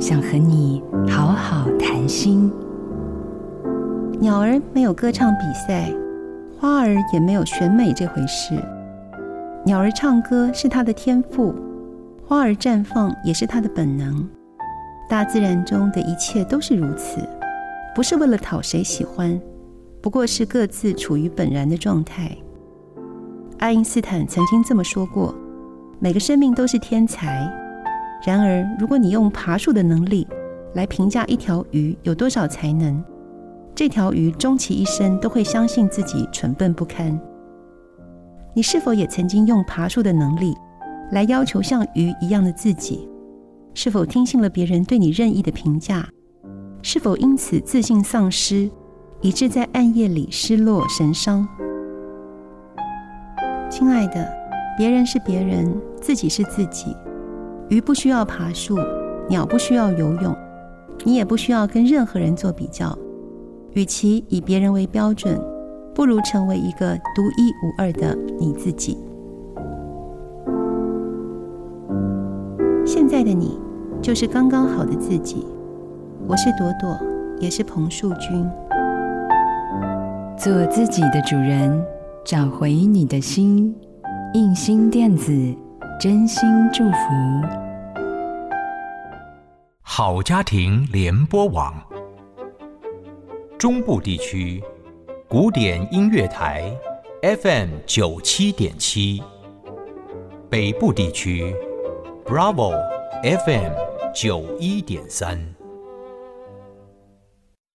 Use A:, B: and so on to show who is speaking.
A: 想和你好好谈心。
B: 鸟儿没有歌唱比赛，花儿也没有选美这回事。鸟儿唱歌是它的天赋，花儿绽放也是它的本能。大自然中的一切都是如此，不是为了讨谁喜欢，不过是各自处于本然的状态。爱因斯坦曾经这么说过，每个生命都是天才。然而，如果你用爬树的能力来评价一条鱼有多少才能，这条鱼终其一生都会相信自己蠢笨不堪。你是否也曾经用爬树的能力来要求像鱼一样的自己？是否听信了别人对你任意的评价？是否因此自信丧失，以致在暗夜里失落神伤？亲爱的，别人是别人，自己是自己。鱼不需要爬树，鸟不需要游泳，你也不需要跟任何人做比较。与其以别人为标准，不如成为一个独一无二的你自己。现在的你就是刚刚好的自己。我是朵朵，也是彭树君。
A: 做自己的主人，找回你的心。映心电子，真心祝福。
C: 好家庭联播网，中部地区古典音乐台 FM97.7， 北部地区 Bravo FM91.3。